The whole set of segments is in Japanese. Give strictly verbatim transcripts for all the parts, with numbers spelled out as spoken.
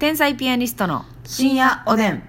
天才ピアニストの深夜おでん。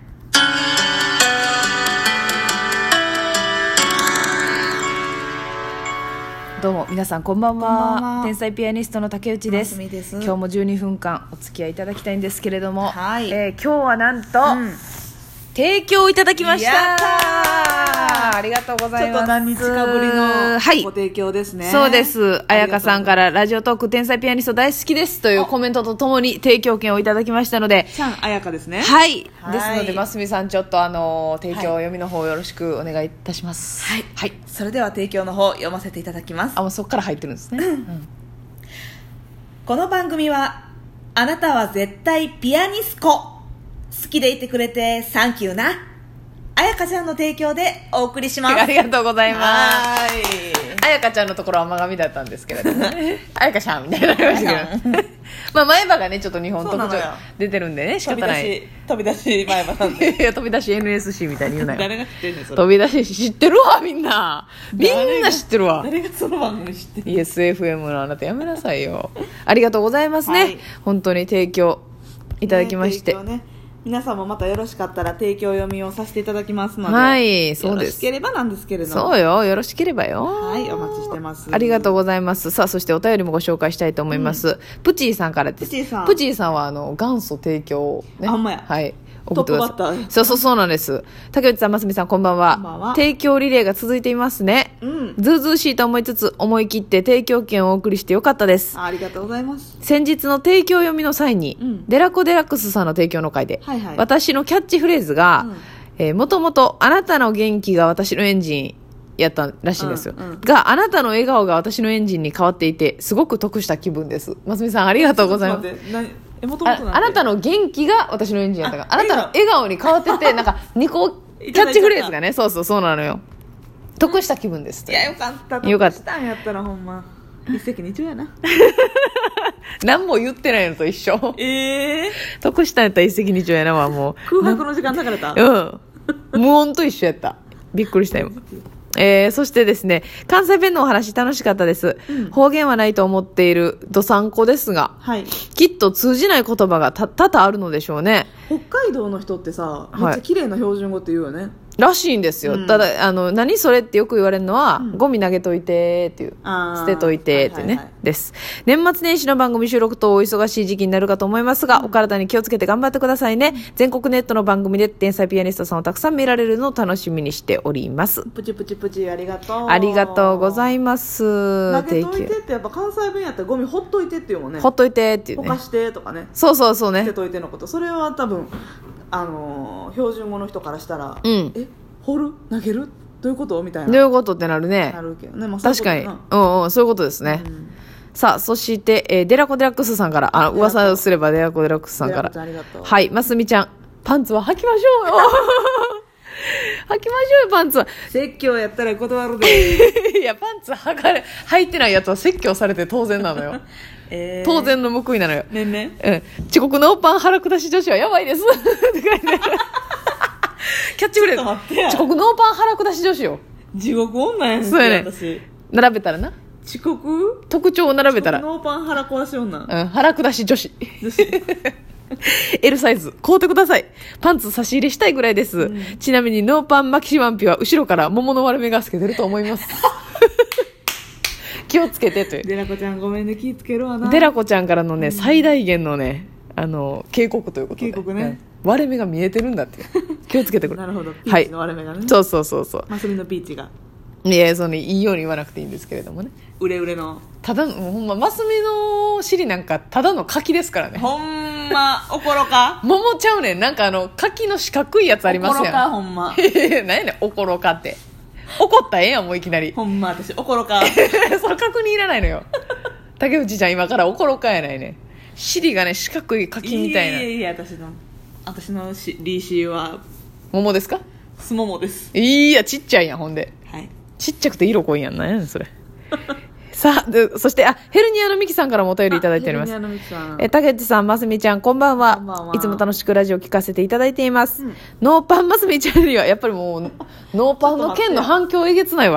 どうも皆さんこんばんは。 こんばんは。 天才ピアニストの竹内です。 ますみです。 今日もじゅうにふんかんお付き合いいただきたいんですけれども、 はい、 えー、今日はなんと、うん、提供いただきました。 やったー、 ありがとうございます。 ちょっと何日かぶりのご提供ですね。 はい、そうです。あやかさんからラジオトーク天才ピアニスト大好きですというコメントとともに提供券をいただきましたので、 ちゃんあやかですね。 はい、 はい、 ですのでますみさんちょっとあの提供読みの方よろしくお願いいたします。 はい、はい、それでは提供の方読ませていただきます。 あ、もうそこから入ってるんですね、うん、 この番組はあなたは絶対ピアニスコ、好きでいてくれてサンキューなあやかちゃんの提供でお送りします。 ありがとうございます。 はい、 あやかちゃんのところは甘噛みだったんですけれどもねあやかちゃんみたいになりましたけどまあ前歯がねちょっと日本特徴出てるんでね仕方ない。 飛び出し前歯なんでいや飛び出し エヌエスシー みたいに言うなよ誰が知ってるんですか。 飛び出し知ってるわみんなみんな知ってるわ。 誰がその番組知ってる。 イーエスエフエム のあなたやめなさいよありがとうございますね、はい、本当に提供いただきまして、ねね、 皆さんもまたよろしかったら提供読みをさせていただきますので、 はい、そうです。 よろしければなんですけれども。 そうよ、よろしければよ。 はい、お待ちしてます。 ありがとうございます。さあ、そしてお便りもご紹介したいと思います。うん、プチーさんからです。 プチーさん。 プチーさんはあの元祖提供、ね、 あ、ほんまや。 はい。 トップバッター。 そうそうそうなんです。竹内さん、ますみさん、こんばんは。 こんばんは。 提供リレーが続いていますね。 うん。 ずうずうしいと思いつつ、思い切って提供券をお送りしてよかったです。 あ、ありがとうございます。 先日の提供読みの際に、うん、デラコデラックスさんの提供の回で、はいはい、私のキャッチフレーズが、うんえー、もともとあなたの元気が私のエンジンやったらしいんですよ、うんうん、があなたの笑顔が私のエンジンに変わっていてすごく得した気分です。ますみさんありがとうございます。 えもともとあ, あなたの元気が私のエンジンやったから あ, あなたの笑顔に変わっててなんかにこキャッチフレーズがねそうそうそうなのよ。得した気分です。 いやよかった得したんやったらほんま一石二鳥やな何も言ってないのと一緒。 えー、 得したんやったら一石二鳥やなはもう空白の時間流れた。 うん無音と一緒やった。びっくりした今えー、そしてですね関西弁のお話楽しかったです、うん、方言はないと思っているどさんこですが、はい、きっと通じない言葉がた多々あるのでしょうね。 北海道の人ってさめっちゃ綺麗な標準語って言うよね、はいらしいんですよ、うん、ただあの何それってよく言われるのは、うん、ゴミ投げといてっていう捨てといてってね、はいはいはい、です年末年始の番組収録とお忙しい時期になるかと思いますが、うん、お体に気をつけて頑張ってくださいね、うん、全国ネットの番組で天才ピアニストさんをたくさん見られるのを楽しみにしております。 プチプチプチありがとうありがとうございます。 投げといてってやっぱ関西弁やったらゴミほっといてっていうもんね。 ほっといてっていうねほかしてとかねそうそうそうね捨てといてのことそれは多分あのー、標準語の人からしたら、 うん、 え掘る投げるどういうことみたいなどういうことってなるね。 なるけどね、まあ、 確かにうんうんそういうことですね、うん、さあそして、えー、デラコデラックスさんからあ噂をすればデラコデラックスさんからありがとうはいますみちゃんパンツは履きましょうよ履きましょうよパンツは。 説教やったら断るでいやパンツ履かれ履いてないやつは説教されて当然なのよえー、当然の報いなのよ。 ねんねん、 うん、遅刻ノーパン腹下し女子はやばいですって書いてキャッチフレーズ遅刻ノーパン腹下し女子よ。 地獄女やん。 そうやね私並べたらな遅刻特徴を並べたらノーパン腹壊し女、 うん、腹下し女子L サイズ買うてください。パンツ差し入れしたいぐらいです、うん、ちなみにノーパンマキシワンピは後ろから桃の割れ目が透けてると思います気をつけてという。 デラコちゃんごめんね気ぃつけるわな。 デラコちゃんからのね、うん、最大限のねあの警告ということで警告ね、 うん、割れ目が見えてるんだって気をつけてくれなるほどピーチの割れ目がね、 はい、そうそうそうそうマスミのピーチがいやそのいいように言わなくていいんですけれどもねうれうれのただのほんまマスミの尻なんかただの柿ですからねほんまおころか桃ちゃうねんなんかあの柿の四角いやつありますやんおころかほんま何やねんおころかって怒ったらええやんもういきなりほんま私おころかその確認いらないのよ竹内ちゃん今からおころかやないね尻がね四角い柿みたいな。 いやいや私の私のリーシーは桃ですか。 すももです。 いやちっちゃいやんほんで、 はい、 ちっちゃくて色濃いやんなんやねんそれさあでそしてあヘルニアのミキさんからもお便りいただいております。え竹内さんますみちゃんこんばんは。こんばんは。いつも楽しくラジオ聞かせていただいています、うん、ノーパンますみちゃんにはやっぱりもうノーパンの件の反響えげつないわ。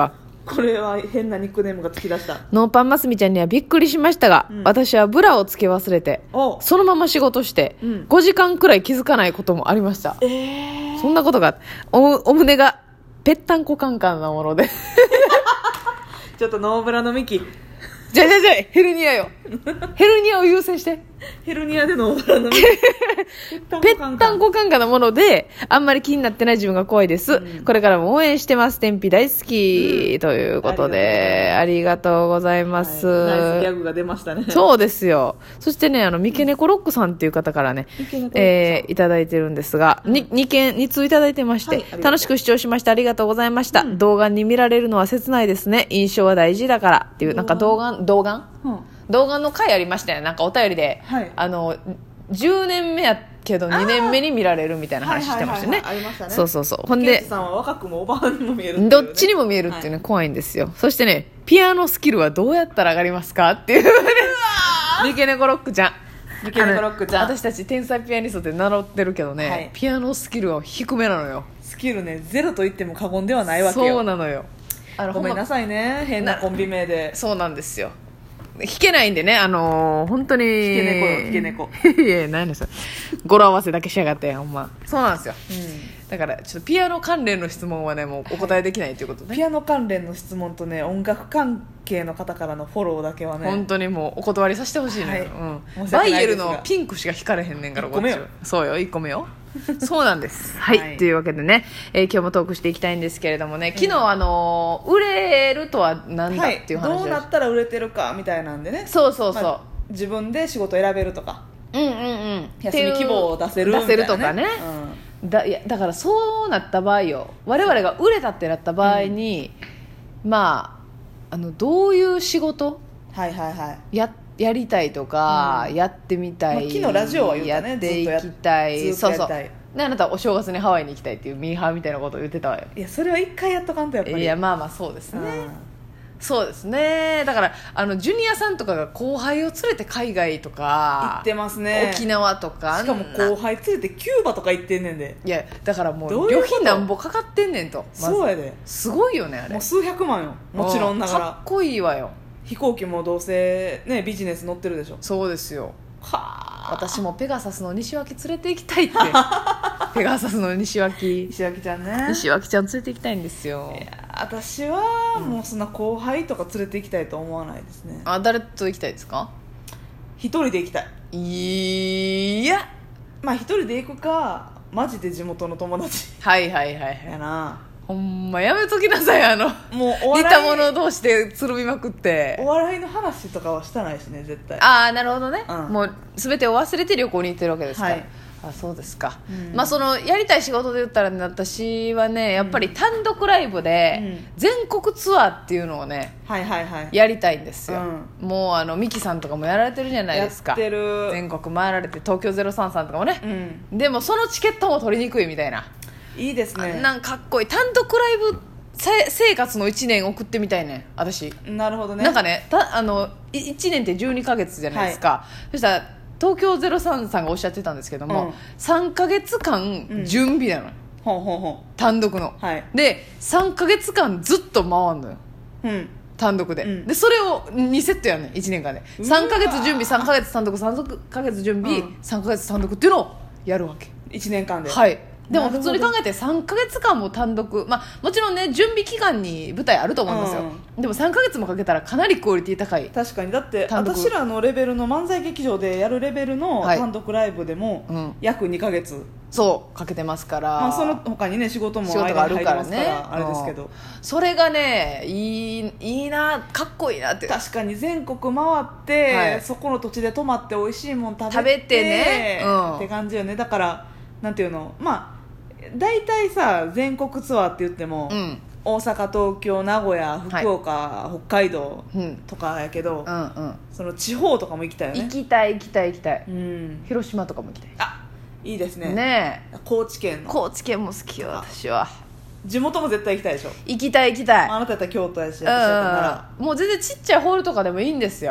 これは変なニックネームが突き出した。 ノーパンますみちゃんにはびっくりしましたが、うん、私はブラをつけ忘れてそのまま仕事して、うん、ごじかんくらい気づかないこともありました。えー、そんなことが お, お胸がぺったんこカンカンなものでちょっとノーブラのミキじゃじゃじゃヘルニアよヘルニアを優先してヘルニアでのオーラのぺったんこカンカンなものであんまり気になってない自分が怖いです、うん、これからも応援してます。天日大好き、うん、ということでありがとうございます、 はい、ナイスギャグが出ましたね。 そうですよ。そしてねあの三毛猫ロックさんっていう方からね、えー、いただいてるんですが、うん、にけんに通いただいてまして、はい、楽しく視聴しました。ありがとうございました、うん、動画に見られるのは切ないですね。印象は大事だからっていうなんか動画動画、うん動画の回ありましたよ。なんかお便りで、はい、あのじゅうねんめやけどにねんめに見られるみたいな話してましたね。 ありましたね。 そうそうそう。ほんでさんは若くもおばあにも見えるっていう、 ね、どっちにも見えるっていうね、はい、怖いんですよ。そしてねピアノスキルはどうやったら上がりますかっていうね三毛猫ロックちゃん三毛猫ロックちゃん私たち天才ピアニストって名乗ってるけどね、はい、ピアノスキルは低めなのよ。 スキルねゼロと言っても過言ではないわけよ。 そうなのよ。 あのごめんなさいね変なコンビ名で。 そうなんですよ。弾けないんでね、あのー、本当に弾け猫よ弾け猫いや何それ語呂合わせだけしやがってほんま。そうなんですよ、うん、だからちょっとピアノ関連の質問はねもうお答えできないということね、 はい、ピアノ関連の質問とね音楽関係の方からのフォローだけはね本当にもうお断りさせてほしいね、はいうん、バイエルのピンクしか弾かれへんねんからいっこめよそうよいっこめよそうなんですはい、はい、というわけでね、えー、今日もトークしていきたいんですけれどもね、昨日、うん、あのー、売れるとは何だっていう話、 はい、どうなったら売れてるかみたいなんでねそうそうそう、まあ、 自分で仕事選べるとかうんうんうん休み希望を出せるみたいな、ね、 出せるとかね、うん、だ, いやだからそうなった場合よ我々が売れたってなった場合に、うん、まあ、あのどういう仕事はいはいはいややりたいとか、うん、やってみたい、 まあ、昨日ラジオは言ったねやっていきたいそうそうであなたお正月にハワイに行きたいっていうミーハーみたいなことを言ってたわよ。 いやそれは一回やっとかんとやっぱり。 いやまあまあそうですね、うん、そうですね。だからあのジュニアさんとかが後輩を連れて海外とか行ってますね。 沖縄とかしかも後輩連れてキューバとか行ってんねんで。 いやだからもう旅費なんぼかかってんねんと、 ま、そうやですごいよねあれ。 もう数百万よもちろんながら。 かっこいいわよ。 飛行機もどうせねビジネス乗ってるでしょ。 そうですよ。は私もペガサスの西脇連れて行きたいってペガサスの西脇西脇ちゃんね西脇ちゃん連れて行きたいんですよ。 いや私はもうそんな後輩とか連れて行きたいと思わないですね、 うん、あ誰と行きたいですか。 一人で行きたいいやまあ一人で行くかマジで地元の友達はいはいはいはいやな。 ほんまやめときなさい。あのもう似た者同士でつるみまくってお笑いの話とかはしたないしね絶対。 ああなるほどね、うん、もう全てを忘れて旅行に行ってるわけですから、はい、あそうですか、うん、まあそのやりたい仕事で言ったらね私はねやっぱり単独ライブで全国ツアーっていうのをね、 うん、はいはいはいやりたいんですよ、 うん、 もうあのミキさんとかもやられてるじゃないですか。 やってる。 全国回られて東京ゼロさんさんとかもね、うん、でもそのチケットも取りにくいみたいな。 いいですね。 あんなんかっこいい単独ライブ生活のいちねん送ってみたいね私。 なるほどね。 なんかねたあのいちねんってじゅうにかげつじゃないですか、はい、そしたら東京ゼロさんさんがおっしゃってたんですけども、うん、さんかげつかん準備なの、うん、 ほうほうほう単独の、はい、でさんかげつかんずっと回るのよ、うん、単独で、うん、でそれをにセットやんねんいちねんかんでさんかげつ準備さんかげつ単独さんかげつ準備、うん、さんかげつ単独っていうのをやるわけいちねんかんで。 はいでも普通に考えてさんかげつかんも単独、まあ、もちろんね準備期間に舞台あると思いますよ、うん、でもさんかげつもかけたらかなりクオリティ高い。 確かにだって私らのレベルの漫才劇場でやるレベルの単独ライブでも約にかげつ、うん、 そうかけてますから、 まあ、その他にね仕事も間に入りますからあれですけど、うん、 それがねいい、いいなかっこいいなって。 確かに全国回って、はい、そこの土地で泊まって美味しいもん食べて、 食べてね、 うん、って感じよね。だからなんていうのまあ大体さ全国ツアーって言っても、うん、大阪東京名古屋福岡、はい、北海道とかやけど、うんうん、その地方とかも行きたいよね。 行きたい行きたい行きたい、うん、広島とかも行きたい。 あいいですね。 ねえ高知県の高知県も好きよ私は。 地元も絶対行きたいでしょ。 行きたい行きたい。 あなたやったら京都やし私やったら、 うん、もう全然ちっちゃいホールとかでもいいんですよ。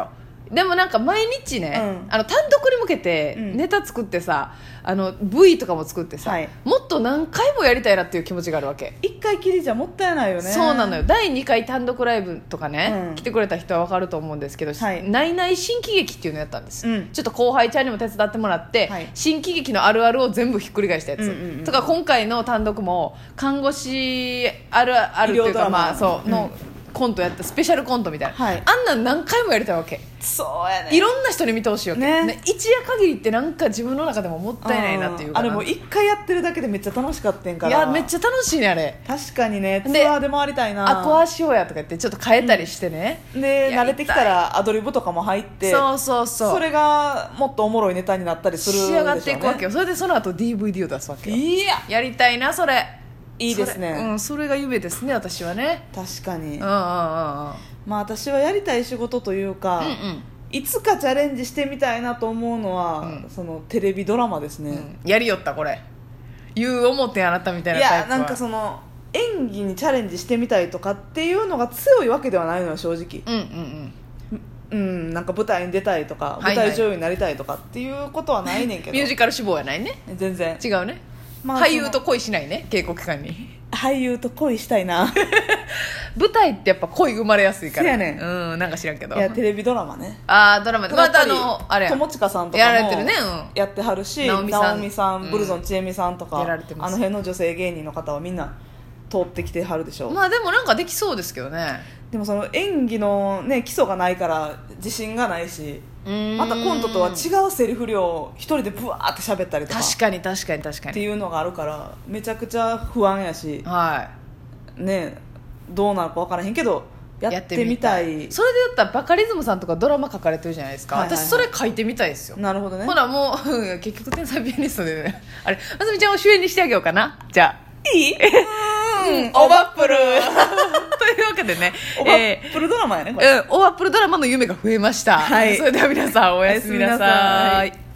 でもなんか毎日ね、 うんあの単独に向けてネタ作ってさ、あの ブイ とかも作ってさ、はい、もっと何回もやりたいなっていう気持ちがあるわけ。 一回きりじゃもったいないよね。 そうなのよ。だいにかい単独ライブとかね、うん、来てくれた人は分かると思うんですけど、はい、ないない新喜劇っていうのやったんです、うん、ちょっと後輩ちゃんにも手伝ってもらって、はい、新喜劇のあるあるを全部ひっくり返したやつ、うんうんうん、とか今回の単独も看護師あるあるっていうか、まあそうの、うんコントやったスペシャルコントみたいな、はい、あんなん何回もやりたいわけ。 そうやね。 いろんな人に見てほしいわけ、ねね、一夜限りってなんか自分の中でももったいないなっていうか、 あれもう一回やってるだけでめっちゃ楽しかったんから。 いやめっちゃ楽しいねあれ。 確かにね。ツアーで回りたいな。 あこうしようやとか言ってちょっと変えたりしてね、 うん、で慣れてきたらアドリブとかも入ってそうそうそうそれがもっとおもろいネタになったりするでしょうね。 仕上がっていくわけよ。それでその後 ディーブイディー を出すわけよ。 いややりたいなそれ。 いいですね。 それ、うん、それが夢ですね私はね。 確かに。 うんうんうん、 まあ私はやりたい仕事というか、うんうん、いつかチャレンジしてみたいなと思うのは、うん、そのテレビドラマですね、うん、 やりよったこれ言う思ってあなたみたいなタイプは。 いやなんかその演技にチャレンジしてみたいとかっていうのが強いわけではないのよ正直。うんうんうん、うん、なんか舞台に出たいとか、はいはい、舞台女優になりたいとかっていうことはないねんけどミュージカル志望やないね。 全然違うね、まあ、俳優と恋しないね稽古期間に。 俳優と恋したいな舞台ってやっぱ恋生まれやすいから。 そうやねん。 うんなんか知らんけど。 いやテレビドラマね。 ああドラマでまたあのあれ友近さんとかもやられてるね、うん、 やってはるし直美さん、さんブルゾンちえみさんとか、 やられてます。 あの辺の女性芸人の方はみんな通ってきてはるでしょ。 まあでもなんかできそうですけどね。 でもその演技の、ね、基礎がないから自信がないし、またコントとは違うセリフ量を一人でブワーって喋ったりとか確かに確かに確かにっていうのがあるからめちゃくちゃ不安やし、 はいね、どうなるか分からへんけどやってみたい。 それで言ったらバカリズムさんとかドラマ書かれてるじゃないですか、はいはいはい、私それ書いてみたいですよ。 なるほどね。 ほらもう結局天才ピアニストでねあれますみちゃんを主演にしてあげようかな。じゃあいいうんオバップルというわけでねオバップルドラマやねこれ、 うん、オバップルドラマの夢が増えました、 はい、 それでは皆さんおやすみなさい。